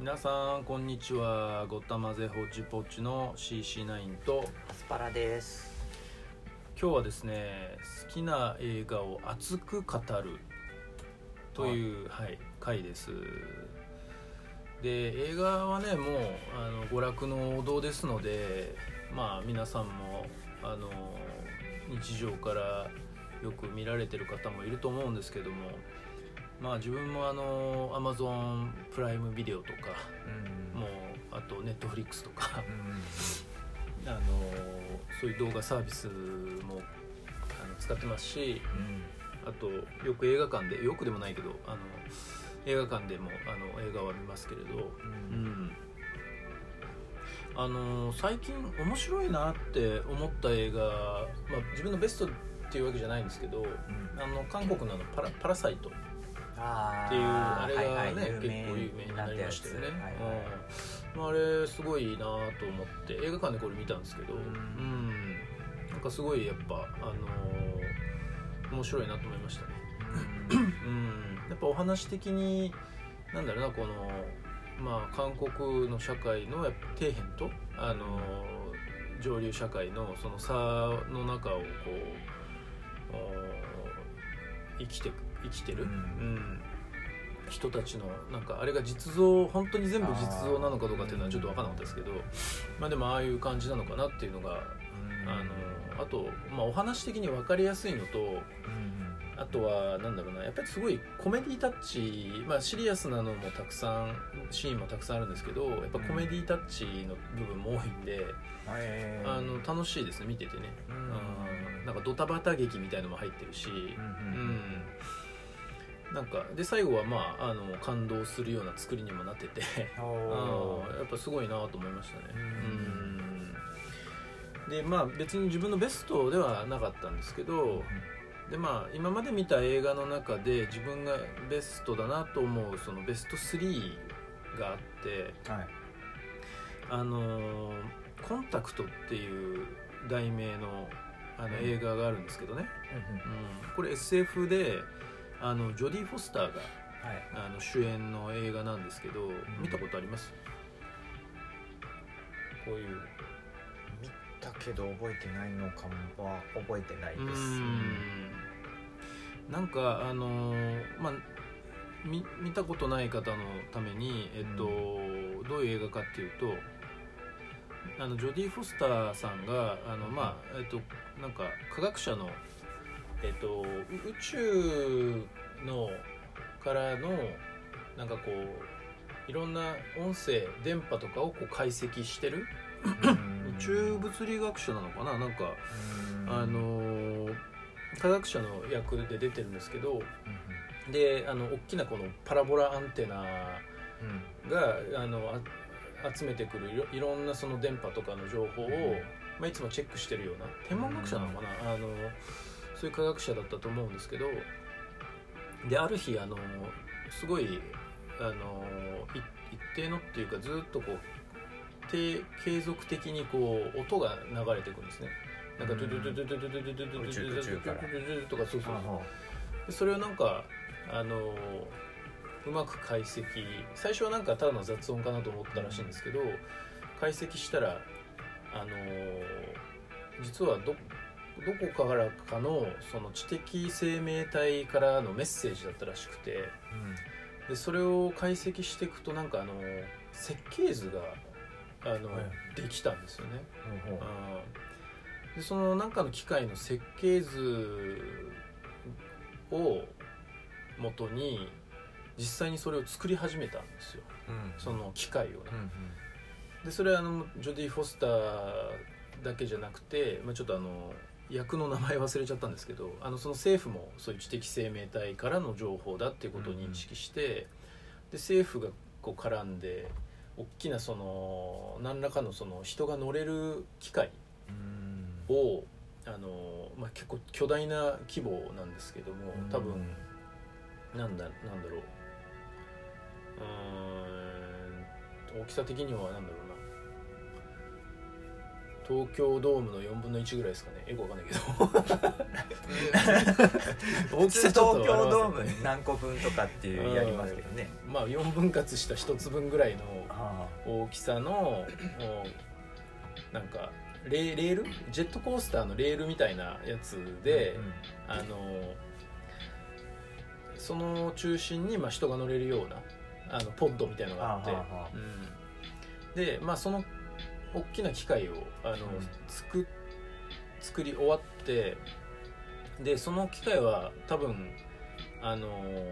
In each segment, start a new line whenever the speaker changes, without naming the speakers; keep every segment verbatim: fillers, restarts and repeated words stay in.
皆さんこんにちは。ごったまぜホッチポッチの シーシーナイン と
アスパラです。
今日はですね、好きな映画を熱く語るという、はいはい、回です。で映画はねもうあの娯楽の王道ですので、まあ皆さんもあの日常からよく見られてる方もいると思うんですけども、まあ自分もあの Amazon プライムビデオとか、うん、もうあと Netflix とか、うん、あのそういう動画サービスもあの使ってますし、うん、あとよく映画館でよくでもないけどあの映画館でもあの映画は見ますけれど、うんうん、あの最近面白いなって思った映画、まあ、自分のベストっていうわけじゃないんですけど、うん、あの韓国のあのパラ、パラサイトっていうあれがね、はいはい、結構有名になりましたよね。あ, あれすごいなと思って映画館でこれ見たんですけど、うん、うん、なんかすごいやっぱ、あのー、面白いなと思いましたね。うん、やっぱお話的になんだろうなこの、まあ、韓国の社会のやっぱ底辺と、あのー、上流社会のその差の中をこう生きて生きてる、うんうん、人たちのなんかあれが実像本当に全部実像なのかどうかっていうのはちょっと分からなかったですけど、まあでもああいう感じなのかなっていうのが、あのあと、まあ、お話的に分かりやすいのと、あとはなんだろうなやっぱりすごいコメディタッチ、まあ、シリアスなのもたくさんシーンもたくさんあるんですけど、やっぱコメディタッチの部分も多いんで、あの楽しいですね見ててね。うん、なんかドタバタ劇みたいのも入ってるし、うん、なんかで最後はまああの感動するような作りにもなっててあやっぱすごいなと思いましたね。うんでまあ別に自分のベストではなかったんですけど、でまあ今まで見た映画の中で自分がベストだなと思うそのベストスリーがあって、はい、あのコンタクトっていう題名のあの映画があるんですけどね、うんうん、これ エスエフ であのジョディ・フォスターが、はい、あの主演の映画なんですけど、うん、見たことあります？こういう
見たけど覚えてないのかもは覚えてないです。うん
うんなんかあのー、まあ 見, 見たことない方のために、えっとうん、どういう映画かっていうと、あのジョディ・フォスターさんがあの、まあえっと、なんか科学者のえっと、宇宙のからのなんかこういろんな音声電波とかをこう解析してる宇宙物理学者なのかな、なんかあの科学者の役で出てるんですけど、であの大きなこのパラボラアンテナがあのあ集めてくる い, ろいろんなその電波とかの情報を、まあ、いつもチェックしてるような天文学者なのかな、あのそういう科学者だったと思うんですけど、である日あのすごいあの一定のっていうかずっとこう継続的にこう音が流れてくるんですね。なんかドゥドゥドゥドゥドゥドゥドゥドゥドゥドゥドゥドゥドゥドゥとかそうそうそう。それをなんかあのうまく解析、最初はなんかただの雑音かなと思ったらしいんですけど、解析したらあの実はどどこからかのその知的生命体からのメッセージだったらしくて、うん、でそれを解析していくとなんかあの設計図があの、はい、できたんですよね。うんうん、でそのなんかの機械の設計図を元に実際にそれを作り始めたんですよ、うん、その機械をね、うんうん、でそれはあのジョディ・フォスターだけじゃなくて、まあ、ちょっとあの役の名前忘れちゃったんですけど、あのその政府もそういう知的生命体からの情報だっていうことを認識して、うんうん、で政府がこう絡んで大きなその何らかのその人が乗れる機械を、あの、まあ、結構巨大な規模なんですけども、多分なんだなんだろう、うーん大きさ的にはなんだろうな東京ドームのよんぶんのいちぐらいですかね。よくわかんないけど
大きさちょっと東京ドーム何個分とかっていうやりますけどね、
まあよんぶん割したひとつぶんぐらいの大きさのなんかレールジェットコースターのレールみたいなやつで、うんうん、あのその中心にまあ人が乗れるようなあのポッドみたいなのがあって、はあはあ、うん、でまあその大きな機械をあの、うん、作, 作り終わってでその機械は多分あの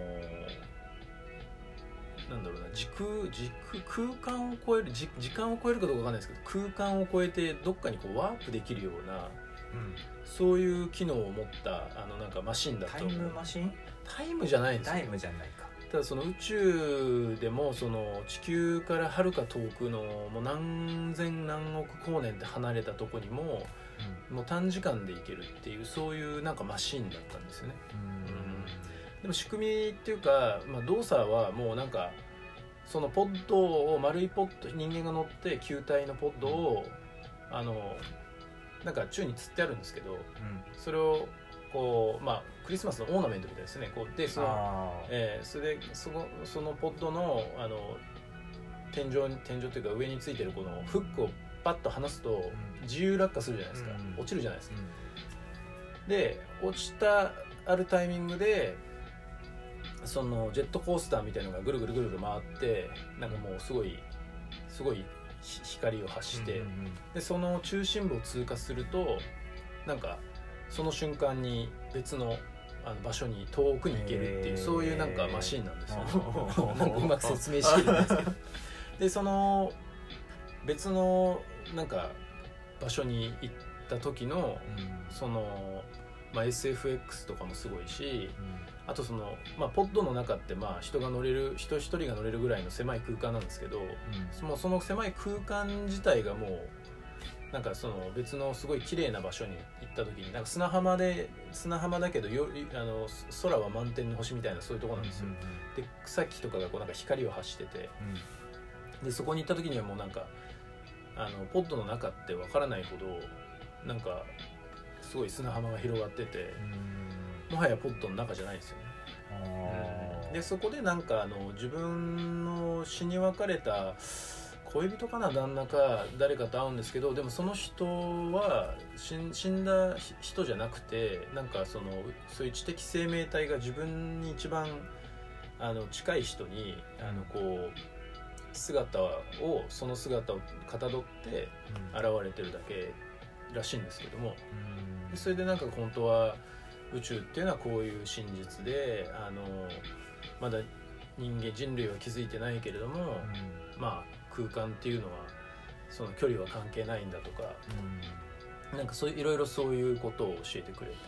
ー、なんだろうな時空時空空間を超える 時, 時間を超えるかどうかわかんないですけど空間を超えてどっかにこうワープできるような、うん、そういう機能を持ったあのなんかマシンだと
タイムマシン
タイムじゃないんですよ。
タイムじゃないか。
ただその宇宙でもその地球からはるか遠くのもう何千何億光年で離れたとこにも、うん、もう短時間で行けるっていうそういうなんかマシンだったんですよね。うん、うん、でも仕組みっていうか、まあ、動作はもうなんかそのポッドを丸いポッド人間が乗って球体のポッドを、うん、あのなんか宙に吊ってあるんですけど、うん、それをこうまあクリスマスのオーナメントみたいですね。こうでその、えー、それでそのそのポッドのあの天井に天井というか上についてるこのフックをパッと離すと自由落下するじゃないですか。うん、落ちるじゃないですか。うん、で落ちたあるタイミングでそのジェットコースターみたいなのがぐるぐるぐるぐる回ってなんかもうすごいすごい光を発して、うんうんうん、でその中心部を通過するとなんかその瞬間に別のあの場所に遠くに行けるっていう、えー、そういうなんかマシンなんですよ。なんかうまく説明しきれないんですけどでその別のなんか場所に行った時の、うん、その、まあ、エスエフエックス とかもすごいし、うん、あとその、まあ、ポッドの中ってまあ人が乗れる人一人が乗れるぐらいの狭い空間なんですけど、うん、もうその狭い空間自体がもうなんかその別のすごい綺麗な場所に行った時になんか砂浜で砂浜だけどよあの空は満天の星みたいなそういうところなんですよ。うんうんうん、で草木とかがこうなんか光を発してて、うん、でそこに行った時にはもうなんかあのポッドの中ってわからないほどなんかすごい砂浜が広がってて、うん、もはやポッドの中じゃないですよね。うん、でそこでなんかあの自分の死に別れた恋人かな旦那か誰かと会うんですけどでもその人は死んだ人じゃなくてなんかそのそういう知的生命体が自分に一番あの近い人にあのこう姿をその姿をかたどって現れてるだけらしいんですけども、うん、でそれでなんか本当は宇宙っていうのはこういう真実であのまだ人間人類は気づいてないけれども、うん、まあ空間っていうのはその距離は関係ないんだとか、うん、なんかそういういろいろそういうことを教えてくれて、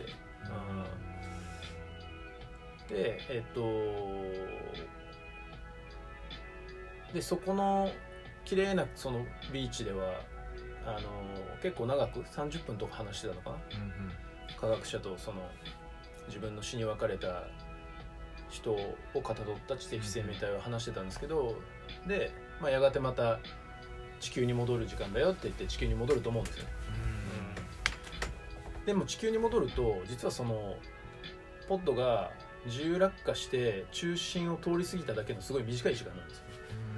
うん、でえっとでそこの綺麗なそのビーチではあの結構長くさんじゅっぷんとか話してたのかな、うんうん、科学者とその自分の死に別れた人をかたどった知的生命体を話してたんですけど、で、まあ、やがてまた地球に戻る時間だよって言って地球に戻ると思うんですよ、うん、でも地球に戻ると実はそのポッドが自由落下して中心を通り過ぎただけのすごい短い時間なんですよ。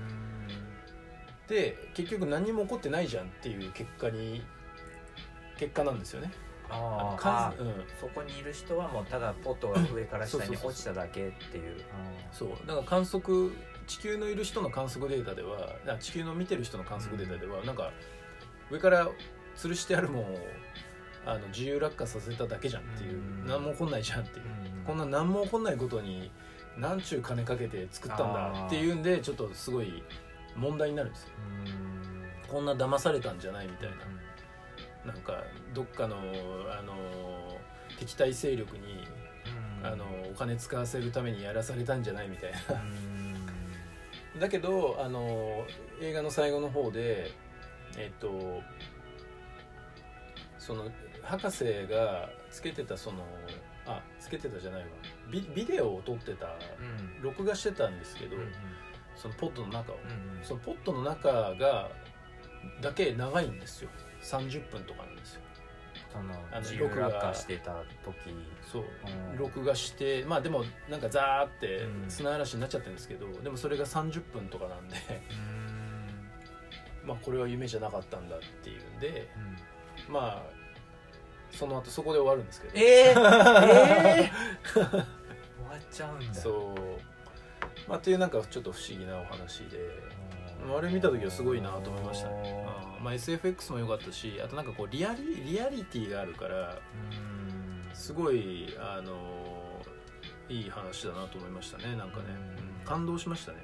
で結局何も起こってないじゃんっていう結果に結果なんですよね。
ああ、うん、そこにいる人はもうただポットが上から下に落ちただけっていう。
そうだから観測地球のいる人の観測データでは地球の見てる人の観測データでは、うん、なんか上から吊るしてあるもんをあの自由落下させただけじゃんっていう、うん、何も起こんないじゃんっていう、うん、こんな何も起こんないことに何ちゅう金かけて作ったんだっていうんでちょっとすごい問題になるんですよ。うん、こんな騙されたんじゃないみたいな。なんかどっかの、あの敵対勢力に、うん、あのお金使わせるためにやらされたんじゃないみたいな、うん、だけどあの映画の最後の方でえっとその博士がつけてたそのあつけてたじゃないわ ビ, ビデオを撮ってた、うん、録画してたんですけど、うんうん、そのポットの中を、うんうん、そのポットの中がだけ長いんですよ。 さんじゅっぷんとかなんですよ。
その
あの
自由落下してた時
そう、
うん
録画してまあでもなんかザーって
うん
砂嵐になっちゃってるんですけど、でもそれがさんじゅっぷんとかなんでまあこれは夢じゃなかったんだっていうんで、
うん
まあその後そこで終わるんですけど、
えー、えー、終わっちゃうんだ。
そうまあっていうなんかちょっと不思議なお話で、あれ見た時はすごいなと思いましたね。うんまあ、エスエフエックス も良かったし、あとなんかこうリアリリアリティがあるから
うん
すごいあのいい話だなと思いましたね。なんかね、うん感動しましたね。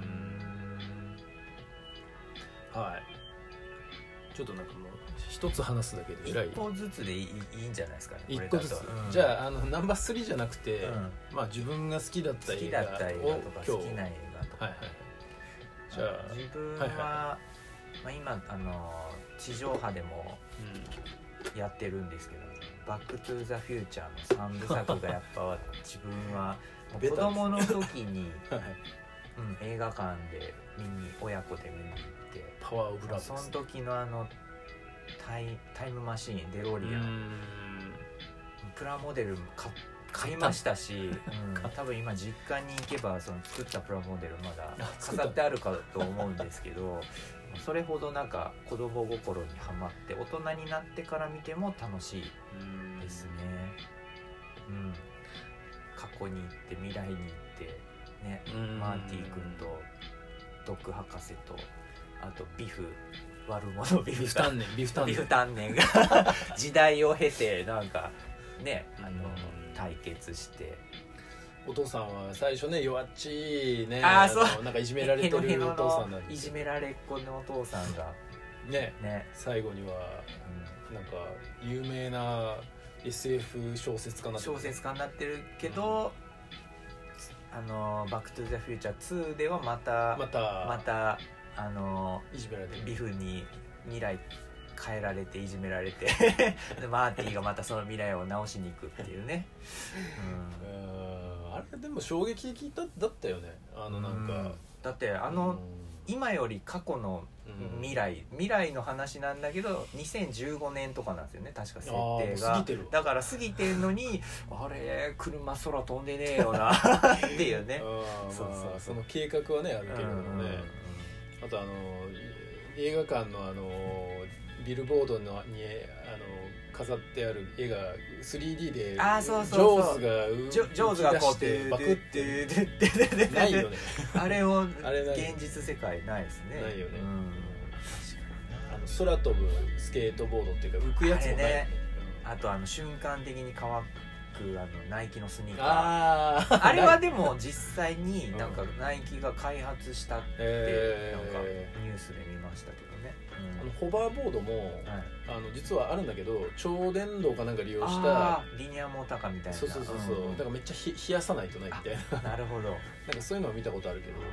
うんはいちょっとなんかもう一つ話すだけで偉い
一個ずつでいい、いいんじゃないですかね。
一個ずつ、
うん、
じゃあ、あのナンバースリーじゃなくて、
うん
まあ自分が好きだった
好き
映画を
だった映画とか好きな映画とか、
はいはいはいじゃあ
自分は、
はいはい
まあ、今あの地上波でもやってるんですけど「バック・トゥ・ザ・フューチャー」のさんぶさくがやっぱ自分はもう子供の時に、
はい
うん、映画館で見に親子で見に行って
パワーオブラブ
その時のあのタイ、タイムマシーンデロリアンプラモデル買買いましたし、うん、多分今実家に行けばその作ったプラモデルまだ飾ってあるかと思うんですけどそれほどなんか子供心にはまって大人になってから見ても楽しいですね。うん、過去に行って未来に行ってね、マーティ君とドッグ博士とあとビフ悪者ビフ
ビフタンネンビフタンネン
ビフタンネンが時代を経てなんかねあの対決して
お父さんは最初ね弱っちいね
あーそう
なんかいじめられてるお
へのへの
父さんなん
のい
ですよ
じめられっ子のお父さんが
ね
ね、
最後にはなんか有名な エスエフ 小説家になってる
小説家になってるけど、うん、あのバックトゥザフューチャーツーではまた
また
またあの
いじめられてる
ビフに未来変えられていじめられてでマーティがまたその未来を直しに行くっていうね、
うん、あれでも衝撃的だだったよねあのなんか、うん、
だってあの、うん、今より過去の未来、うん、未来の話なんだけどにせんじゅうごねんとかなんですよね確か設定が
過ぎてる
だから過ぎてるのにあれ車空飛んでねえよなっていうね
あそうそうそうその計画はねあるけれどもね、うん、あとあの映画館のあのビルボードのにあの飾ってある絵が スリーディー で
あそうそうそう
ジョーズが
ジョジョーズがこう
てバクってないよね
あれを現実世界ないですね
ないよね、
うん、
あの空飛ぶスケートボードっていうか浮くやつもないよね、
あとあの瞬間的に乾くあのナイキのスニーカー
あ,
あれはでも実際になんかナイキが開発したってなんかニュースで見ましたけどね、
うん、あのホバーボードも、はい、あの実はあるんだけど超電導かなんか利用した
リニアモーターカーみたいな
そうそうそうそう、うん、だからめっちゃひ冷やさないとないみたいな
なるほど
なんかそういうのは見たことあるけど、うん、ね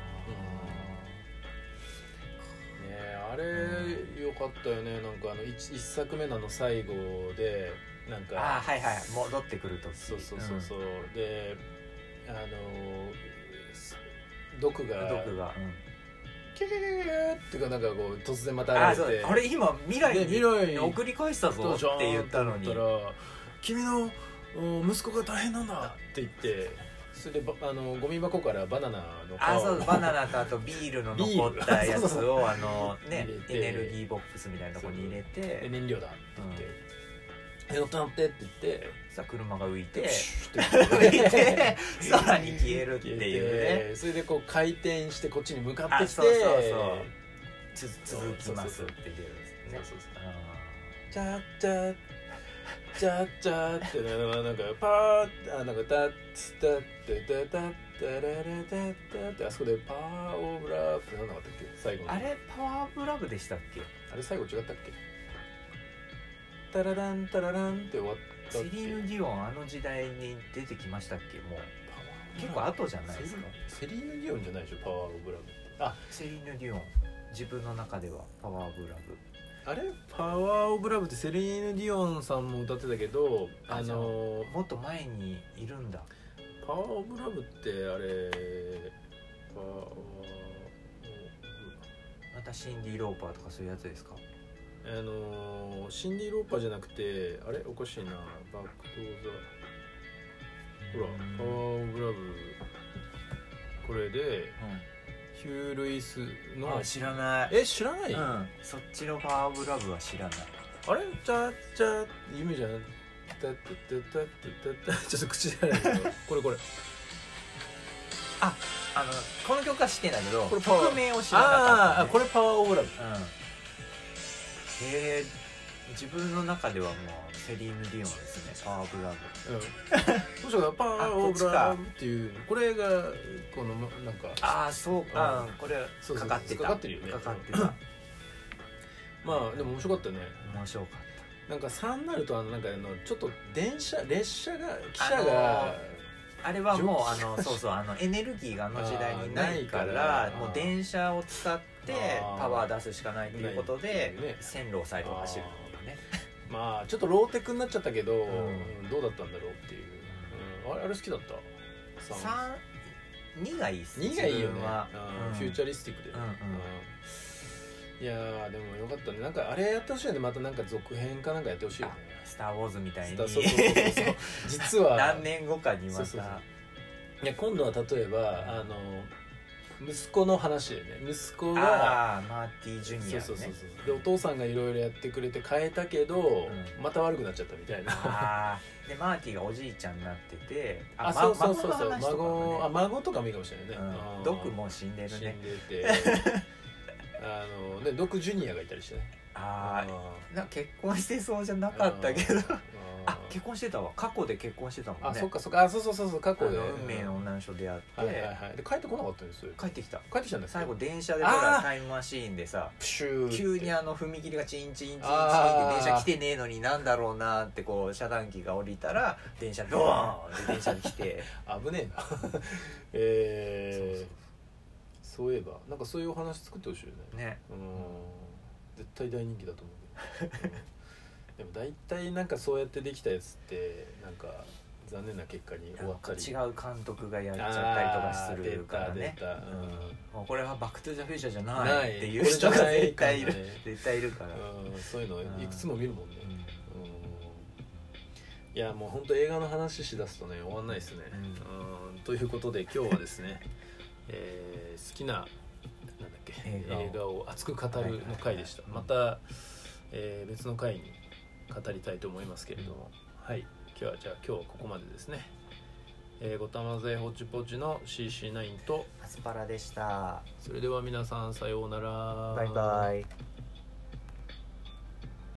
えあれ、うん、よかったよねなんかあの 1, 一作目のあの最後でなんか
あはいはい戻ってくると
そうそうそうそう、うん、であの毒が
毒が、うん、
キュキュキュキュってかなんかこう突然また現れて
あ, あれ今未来に
未来に
送り返したぞって言ったのに
君の息子が大変なんだって言ってそれであのゴミ箱からバナナの皮
あそうバナナとあとビールの残ったやつをあのねエネルギーボックスみたいなところに入れて
燃料だって言って、うん、乗って乗ってって言って
さあ車が浮いて
浮
いて空に消えるっていうね
それでこう回転してこっちに向かってきて
そうそうそう続きますって出るんですねそうそう
チャッチャッチャッチャッってなんかパーってあなんかタッツタッテタタッタララタッタってあそこでパワーオブラブってなんなかったっけ最後の
あれパワーオブラブでしたっけ
あれ最後違ったっけタラランタラランって終わったっけ
セリーヌ・ディオンあの時代に出てきましたっけもう結構後じゃないですか
セリーヌ・ディオンじゃないでしょパワーオブラブ
あセリーヌ・ディオン自分の中ではパワーオブラブ
あれパワーオブラブってセリーヌ・ディオンさんも歌ってたけどあの
もっと前にいるんだ
パワーオブラブってあれパワー
またシンディ・ローパーとかそういうやつですか
あのー、シンディ・ローパーじゃなくてあれおかしいなバック・トゥ・ザほらパワー・オブ・ラブこれで、うん、ヒュー・ルイスの
あ知らない
え知らない、
うん、そっちのパワー・オブ・ラブは知らない
あれチャチャ夢じゃんタッタッタッタッタッタちょっと口でやらないけどこれこれ
ああのこの曲は知ってんだけど
これパワー
曲名を知らなかった、ね、
あこれパワー・オブ・ラブ、うん、
へえ自分の中ではもうセリーヌ・ディオンですねパワー・オブ・ラブ、うん、
どうしようかパワー・オブ・ラブっていうこれがこのなんか
ああそうか、うん、これかかってた
かかってるよね
かかってた
まあでも面白かったね
面白かった
なんかさんになるとあのなんかあのちょっと電車列車が汽車が、あのー、
あれはもうあのそうそうあのエネルギーがあの時代にないからもう電車を使ってパワー出すしかないということで、ね、線路をサイドを走るっていうね
まあちょっとローテクになっちゃったけど、うん、どうだったんだろうっていう、うん、あれあれ好きだった
さんにがいいっす
にがいいよね、
うん、
フューチャリスティックで、うんうんいやーでもよかったねなんかあれやってほしいよねまたなんか続編かなんかやってほしいよね
スター・ウォーズみたいに
そうそうそうそう実は
何年後かにまたそうそう
そういや今度は例えばあの息子の話でね息子
があマーティー・ジュニア、ね、
そうそうそうそうでお父さんがいろいろやってくれて変えたけど、うん、また悪くなっちゃったみたいな
あでマーティーがおじいちゃんになってて
あそうそうそうそう
孫,
孫, ね、あ孫とかもいいかもしれないね、
うん、ドクも死んでるね死んで
てあのでドクジュニアがいたりしてね
ああなんか結婚してそうじゃなかったけどあ結婚してたわ過去で結婚してたもんね
あそっかそっかあそうそうそうそう過去で
運命の女の人出会って、
はいはいはい、で帰ってこなかったんですよ
帰ってきた
帰ってきたんだ
最後電車でほらタイムマシーンでさ
プシュー
急にあの踏切がチンチンチンチンって電車来てねえのになんだろうなってこう遮断機が降りたら電車ドーンって電車に来て
危ねえなえー、そうそうそういえばなんかそういうお話作ってほしいよね
ね
うん絶対大人気だと思うけど、うん、でも大体なんかそうやってできたやつってなんか残念な結果に終わったり
違う監督がやっちゃったりとかするからね
出た出た、うん、
もうこれはバックトゥザフューチャーじゃないっていう人が絶対いる、ね、絶対いるから、
うん、そういうのいくつも見るもんね、うんうん、いやもう本当映画の話しだすとね終わんないですね、うんうん、ということで今日はですねえー、好きな、なんだっけ映画 を, 映画を熱く語るの回でした、はいはいはい、また、えー、別の回に語りたいと思いますけれども、うん、はい今日はじゃあ今日はここまでですね、えー、ごたまぜホチポチの シーシーナイン と
アスパラでした。
それでは皆さんさようなら
バイバイ。